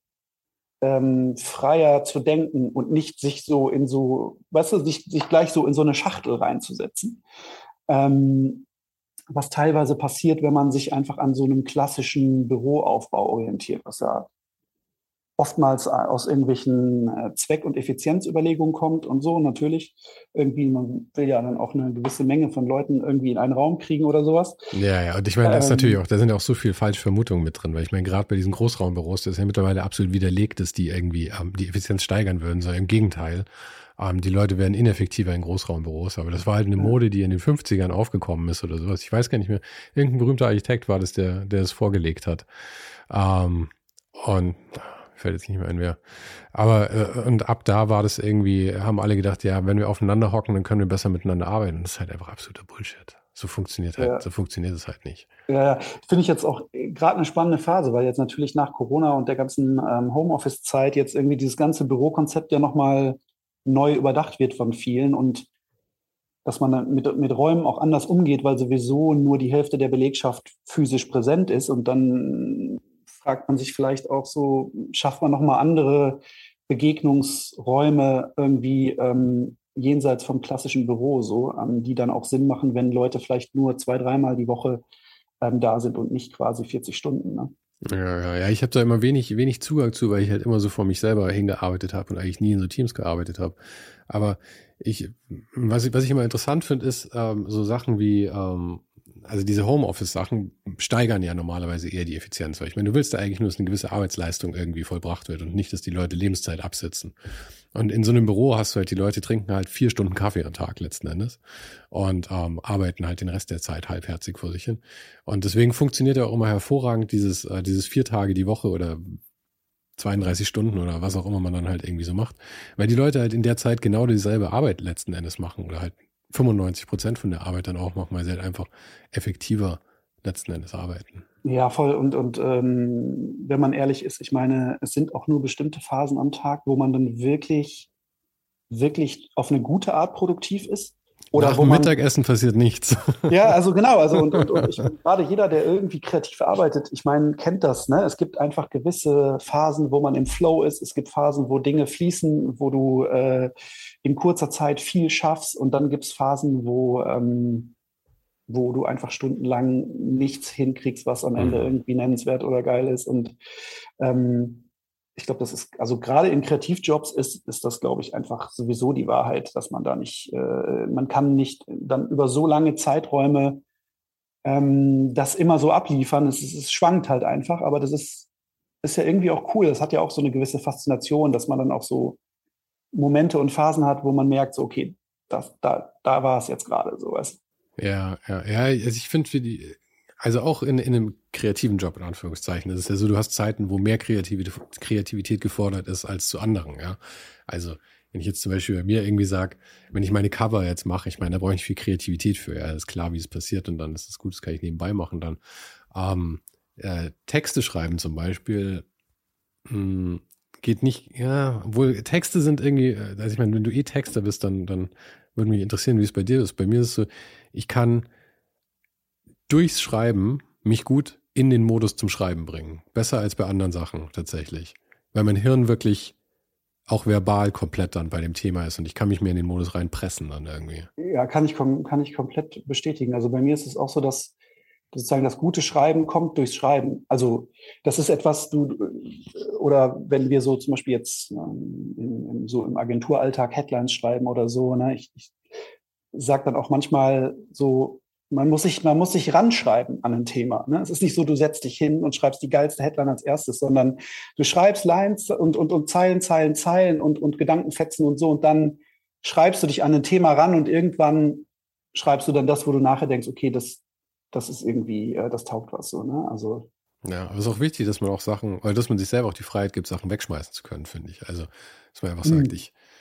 freier zu denken und nicht sich sich gleich so in so eine Schachtel reinzusetzen. Was teilweise passiert, wenn man sich einfach an so einem klassischen Büroaufbau orientiert, was ja oftmals aus irgendwelchen Zweck- und Effizienzüberlegungen kommt und so. Natürlich, irgendwie, man will ja dann auch eine gewisse Menge von Leuten irgendwie in einen Raum kriegen oder sowas. Ja, und ich meine, das ist natürlich auch, da sind ja auch so viele falsche Vermutungen mit drin, weil ich meine, gerade bei diesen Großraumbüros, das ist ja mittlerweile absolut widerlegt, dass die irgendwie die Effizienz steigern würden, sondern im Gegenteil. Die Leute werden ineffektiver in Großraumbüros, aber das war halt eine Mode, die in den 50ern aufgekommen ist oder sowas. Ich weiß gar nicht mehr, irgendein berühmter Architekt war das, der es vorgelegt hat. Und fällt jetzt nicht mehr ein, wer. Aber und ab da war das irgendwie, haben alle gedacht, ja, wenn wir aufeinander hocken, dann können wir besser miteinander arbeiten. Das ist halt einfach absoluter Bullshit. So funktioniert es halt nicht. Ja, finde ich jetzt auch gerade eine spannende Phase, weil jetzt natürlich nach Corona und der ganzen Homeoffice-Zeit jetzt irgendwie dieses ganze Bürokonzept ja nochmal neu überdacht wird von vielen und dass man dann mit Räumen auch anders umgeht, weil sowieso nur die Hälfte der Belegschaft physisch präsent ist und dann fragt man sich vielleicht auch so, schafft man nochmal andere Begegnungsräume irgendwie jenseits vom klassischen Büro, so, die dann auch Sinn machen, wenn Leute vielleicht nur 2-3 Mal die Woche da sind und nicht quasi 40 Stunden. Ne? Ja, ich habe da immer wenig Zugang zu, weil ich halt immer so vor mich selber hingearbeitet habe und eigentlich nie in so Teams gearbeitet habe. Aber was ich immer interessant finde, ist so Sachen wie, also diese Homeoffice-Sachen steigern ja normalerweise eher die Effizienz. Weil ich meine, du willst da eigentlich nur, dass eine gewisse Arbeitsleistung irgendwie vollbracht wird und nicht, dass die Leute Lebenszeit absitzen. Und in so einem Büro hast du halt, die Leute trinken halt 4 Stunden Kaffee am Tag letzten Endes und arbeiten halt den Rest der Zeit halbherzig vor sich hin. Und deswegen funktioniert ja auch immer hervorragend dieses 4 Tage die Woche oder 32 Stunden oder was auch immer man dann halt irgendwie so macht. Weil die Leute halt in der Zeit genau dieselbe Arbeit letzten Endes machen oder halt 95% von der Arbeit dann auch machen, weil sie halt einfach effektiver letzten Endes arbeiten. Ja, voll. Und wenn man ehrlich ist, ich meine, es sind auch nur bestimmte Phasen am Tag, wo man dann wirklich auf eine gute Art produktiv ist. Oder Nach dem Mittagessen passiert nichts. Ja, also genau. Also und gerade jeder, der irgendwie kreativ arbeitet, ich meine, kennt das. Ne? Es gibt einfach gewisse Phasen, wo man im Flow ist. Es gibt Phasen, wo Dinge fließen, wo du in kurzer Zeit viel schaffst. Und dann gibt es Phasen, wo du einfach stundenlang nichts hinkriegst, was am Ende irgendwie nennenswert oder geil ist. Und ich glaube, das ist, also gerade in Kreativjobs ist das, glaube ich, einfach sowieso die Wahrheit, dass man da nicht, man kann nicht dann über so lange Zeiträume das immer so abliefern. Es schwankt halt einfach, aber das ist ja irgendwie auch cool. Das hat ja auch so eine gewisse Faszination, dass man dann auch so Momente und Phasen hat, wo man merkt, so, okay, da war es jetzt gerade sowas. Ja, also ich finde also auch in einem kreativen Job, in Anführungszeichen, ist es ja so, du hast Zeiten, wo mehr Kreativität gefordert ist als zu anderen, ja. Also, wenn ich jetzt zum Beispiel bei mir irgendwie sage, wenn ich meine Cover jetzt mache, ich meine, da brauche ich viel Kreativität für, ja, ist klar, wie es passiert und dann ist es gut, das kann ich nebenbei machen dann. Texte schreiben zum Beispiel, geht nicht, ja, obwohl Texte sind irgendwie, also ich meine, wenn du Texter bist, dann würde mich interessieren, wie es bei dir ist. Bei mir ist es so, ich kann durchs Schreiben mich gut in den Modus zum Schreiben bringen. Besser als bei anderen Sachen tatsächlich. Weil mein Hirn wirklich auch verbal komplett dann bei dem Thema ist und ich kann mich mehr in den Modus reinpressen dann irgendwie. Ja, kann ich komplett bestätigen. Also bei mir ist es auch so, dass sozusagen das gute Schreiben kommt durchs Schreiben. Also das ist etwas, oder wenn wir so zum Beispiel jetzt so im Agenturalltag Headlines schreiben oder so, ne, ich sage dann auch manchmal so, man muss sich ranschreiben an ein Thema. Ne? Es ist nicht so, du setzt dich hin und schreibst die geilste Headline als erstes, sondern du schreibst Lines und Zeilen und Gedankenfetzen und so und dann schreibst du dich an ein Thema ran und irgendwann schreibst du dann das, wo du nachher denkst, okay, das ist irgendwie, das taugt was so. Ne? Also ja, aber es ist auch wichtig, dass man auch Sachen, oder dass man sich selber auch die Freiheit gibt, Sachen wegschmeißen zu können, finde ich. Also, dass man einfach sagt,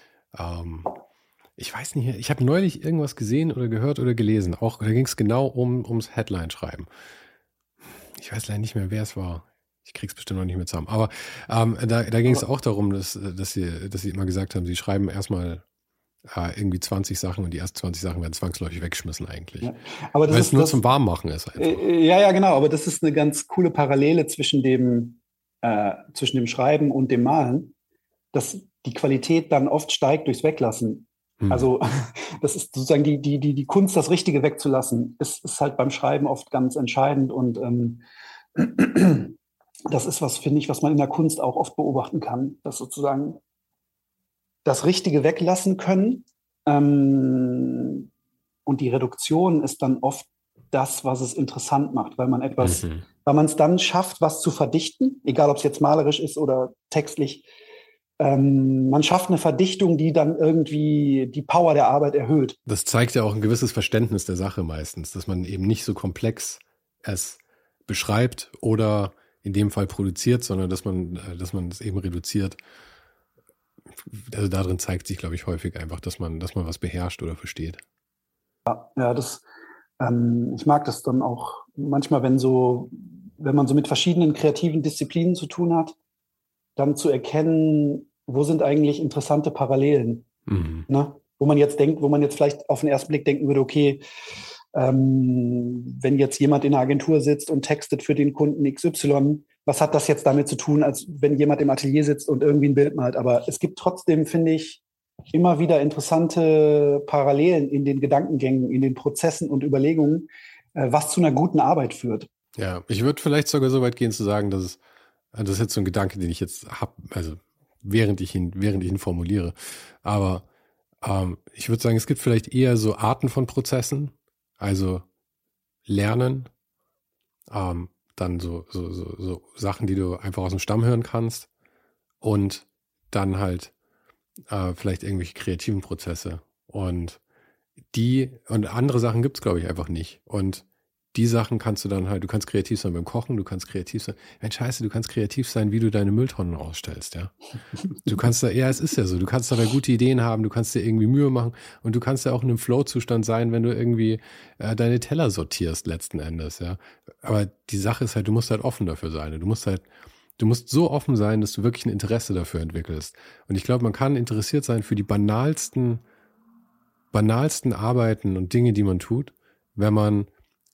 ich weiß nicht, ich habe neulich irgendwas gesehen oder gehört oder gelesen. Auch da ging es genau ums Headline-Schreiben. Ich weiß leider nicht mehr, wer es war. Ich krieg's bestimmt noch nicht mehr zusammen. Aber da ging es auch darum, dass sie immer gesagt haben, sie schreiben erstmal irgendwie 20 Sachen und die ersten 20 Sachen werden zwangsläufig weggeschmissen eigentlich. Ja, aber das weil es nur zum Warmmachen ist einfach. Ja, genau. Aber das ist eine ganz coole Parallele zwischen dem Schreiben und dem Malen, dass die Qualität dann oft steigt durchs Weglassen. Also das ist sozusagen die Kunst, das Richtige wegzulassen, ist halt beim Schreiben oft ganz entscheidend. Und das ist was, finde ich, was man in der Kunst auch oft beobachten kann, dass sozusagen das Richtige weglassen können. Und die Reduktion ist dann oft das, was es interessant macht, weil man weil man es dann schafft, was zu verdichten, egal ob es jetzt malerisch ist oder textlich. Man schafft eine Verdichtung, die dann irgendwie die Power der Arbeit erhöht. Das zeigt ja auch ein gewisses Verständnis der Sache meistens, dass man eben nicht so komplex es beschreibt oder in dem Fall produziert, sondern dass man es eben reduziert. Also darin zeigt sich, glaube ich, häufig einfach, dass man was beherrscht oder versteht. Ja, ich mag das dann auch manchmal, wenn man so mit verschiedenen kreativen Disziplinen zu tun hat, dann zu erkennen, wo sind eigentlich interessante Parallelen, ne? Wo man jetzt vielleicht auf den ersten Blick denken würde, okay, wenn jetzt jemand in einer Agentur sitzt und textet für den Kunden XY, was hat das jetzt damit zu tun, als wenn jemand im Atelier sitzt und irgendwie ein Bild malt? Aber es gibt trotzdem, finde ich, immer wieder interessante Parallelen in den Gedankengängen, in den Prozessen und Überlegungen, was zu einer guten Arbeit führt. Ja, ich würde vielleicht sogar so weit gehen zu sagen, das ist jetzt so ein Gedanke, den ich jetzt habe, also während ich ihn formuliere. Aber ich würde sagen, es gibt vielleicht eher so Arten von Prozessen, also Lernen, dann so Sachen, die du einfach aus dem Stamm hören kannst und dann halt vielleicht irgendwelche kreativen Prozesse. Und andere Sachen gibt es, glaube ich, einfach nicht. Und die Sachen kannst du dann halt, du kannst kreativ sein beim Kochen, du kannst kreativ sein, du kannst kreativ sein, wie du deine Mülltonnen ausstellst, ja. Du kannst es ist ja so, du kannst dabei gute Ideen haben, du kannst dir irgendwie Mühe machen und du kannst ja auch in einem Flow-Zustand sein, wenn du irgendwie deine Teller sortierst letzten Endes, ja. Aber die Sache ist halt, du musst halt offen dafür sein. Du musst so offen sein, dass du wirklich ein Interesse dafür entwickelst. Und ich glaube, man kann interessiert sein für die banalsten Arbeiten und Dinge, die man tut, wenn man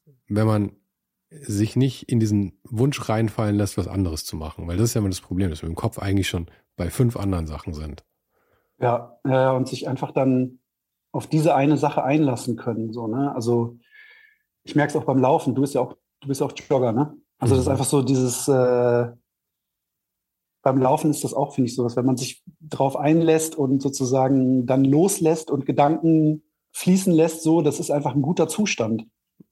sich nicht in diesen Wunsch reinfallen lässt, was anderes zu machen. Weil das ist ja immer das Problem, dass wir im Kopf eigentlich schon bei 5 anderen Sachen sind. Ja, und sich einfach dann auf diese eine Sache einlassen können. So, ne? Also ich merke es auch beim Laufen, du bist ja auch Jogger, ne? Also das ist einfach so dieses, beim Laufen ist das auch, finde ich, so, dass wenn man sich drauf einlässt und sozusagen dann loslässt und Gedanken fließen lässt, so, das ist einfach ein guter Zustand.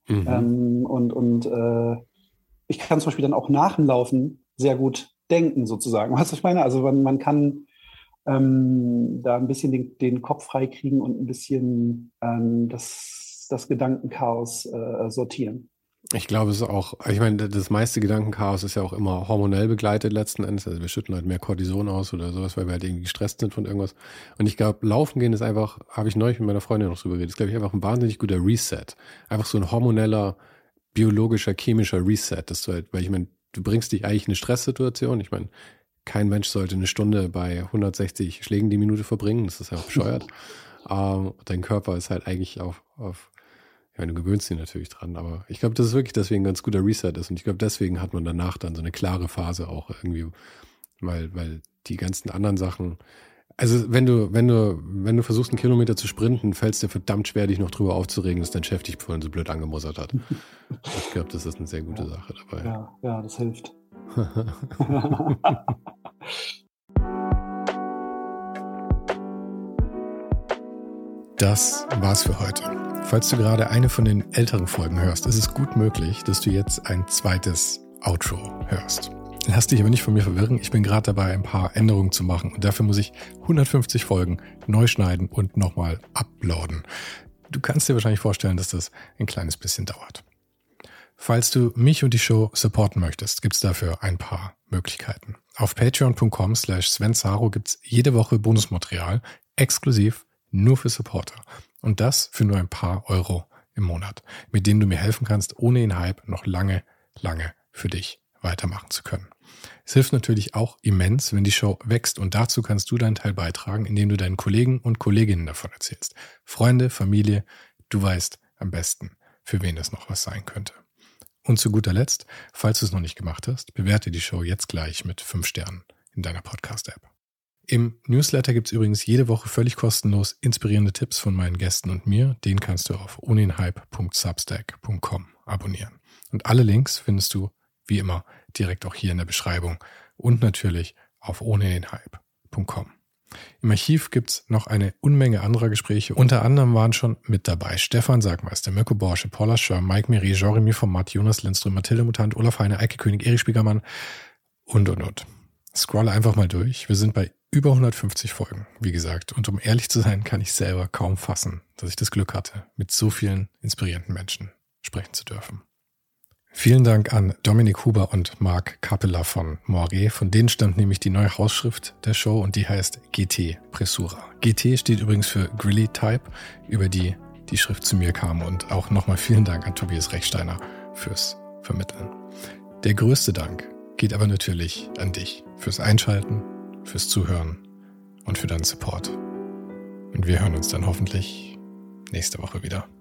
Ich kann zum Beispiel dann auch nach dem Laufen sehr gut denken, sozusagen. Weißt du, was ich meine? Also man kann da ein bisschen den Kopf freikriegen und ein bisschen das Gedankenchaos sortieren. Ich glaube, es ist auch, ich meine, das meiste Gedankenchaos ist ja auch immer hormonell begleitet letzten Endes. Also wir schütten halt mehr Cortison aus oder sowas, weil wir halt irgendwie gestresst sind von irgendwas. Und ich glaube, Laufen gehen ist einfach, habe ich neulich mit meiner Freundin noch drüber geredet, ist, glaube ich, einfach ein wahnsinnig guter Reset. Einfach so ein hormoneller, biologischer, chemischer Reset. Das du halt, weil ich meine, du bringst dich eigentlich in eine Stresssituation. Ich meine, kein Mensch sollte eine Stunde bei 160 Schlägen die Minute verbringen. Das ist ja auch bescheuert. Dein Körper ist halt eigentlich auf ich meine, du gewöhnst dich natürlich dran, aber ich glaube, dass es wirklich deswegen ein ganz guter Reset ist. Und ich glaube, deswegen hat man danach dann so eine klare Phase auch irgendwie, weil die ganzen anderen Sachen, also wenn du versuchst, 1 Kilometer zu sprinten, fällt es dir verdammt schwer, dich noch drüber aufzuregen, dass dein Chef dich vorhin so blöd angemussert hat. Ich glaube, das ist eine sehr gute Sache dabei. Ja, das hilft. Das war's für heute. Falls du gerade eine von den älteren Folgen hörst, ist es gut möglich, dass du jetzt ein zweites Outro hörst. Lass dich aber nicht von mir verwirren. Ich bin gerade dabei, ein paar Änderungen zu machen und dafür muss ich 150 Folgen neu schneiden und nochmal uploaden. Du kannst dir wahrscheinlich vorstellen, dass das ein kleines bisschen dauert. Falls du mich und die Show supporten möchtest, gibt's dafür ein paar Möglichkeiten. Auf patreon.com/Sven Saro gibt's jede Woche Bonusmaterial, exklusiv nur für Supporter. Und das für nur ein paar Euro im Monat, mit denen du mir helfen kannst, ohne den Hype noch lange, lange für dich weitermachen zu können. Es hilft natürlich auch immens, wenn die Show wächst und dazu kannst du deinen Teil beitragen, indem du deinen Kollegen und Kolleginnen davon erzählst. Freunde, Familie, du weißt am besten, für wen es noch was sein könnte. Und zu guter Letzt, falls du es noch nicht gemacht hast, bewerte die Show jetzt gleich mit 5 Sternen in deiner Podcast-App. Im Newsletter gibt es übrigens jede Woche völlig kostenlos inspirierende Tipps von meinen Gästen und mir. Den kannst du auf ohnenhype.substack.com abonnieren. Und alle Links findest du wie immer direkt auch hier in der Beschreibung und natürlich auf ohnedenhype.com. Im Archiv gibt's noch eine Unmenge anderer Gespräche. Unter anderem waren schon mit dabei Stefan Sagmeister, Mirko Borsche, Paula Schör, Mike Miri, Jeremy Format, Jonas Lindström, Mathilde Mutant, Olaf Heine, Eike König, Erich Spiegermann und. Scrolle einfach mal durch. Wir sind bei über 150 Folgen, wie gesagt. Und um ehrlich zu sein, kann ich selber kaum fassen, dass ich das Glück hatte, mit so vielen inspirierenden Menschen sprechen zu dürfen. Vielen Dank an Dominik Huber und Marc Capella von Moiré. Von denen stammt nämlich die neue Hausschrift der Show und die heißt GT Pressura. GT steht übrigens für Grilly Type, über die Schrift zu mir kam. Und auch nochmal vielen Dank an Tobias Rechsteiner fürs Vermitteln. Der größte Dank geht aber natürlich an dich fürs Einschalten, fürs Zuhören und für deinen Support. Und wir hören uns dann hoffentlich nächste Woche wieder.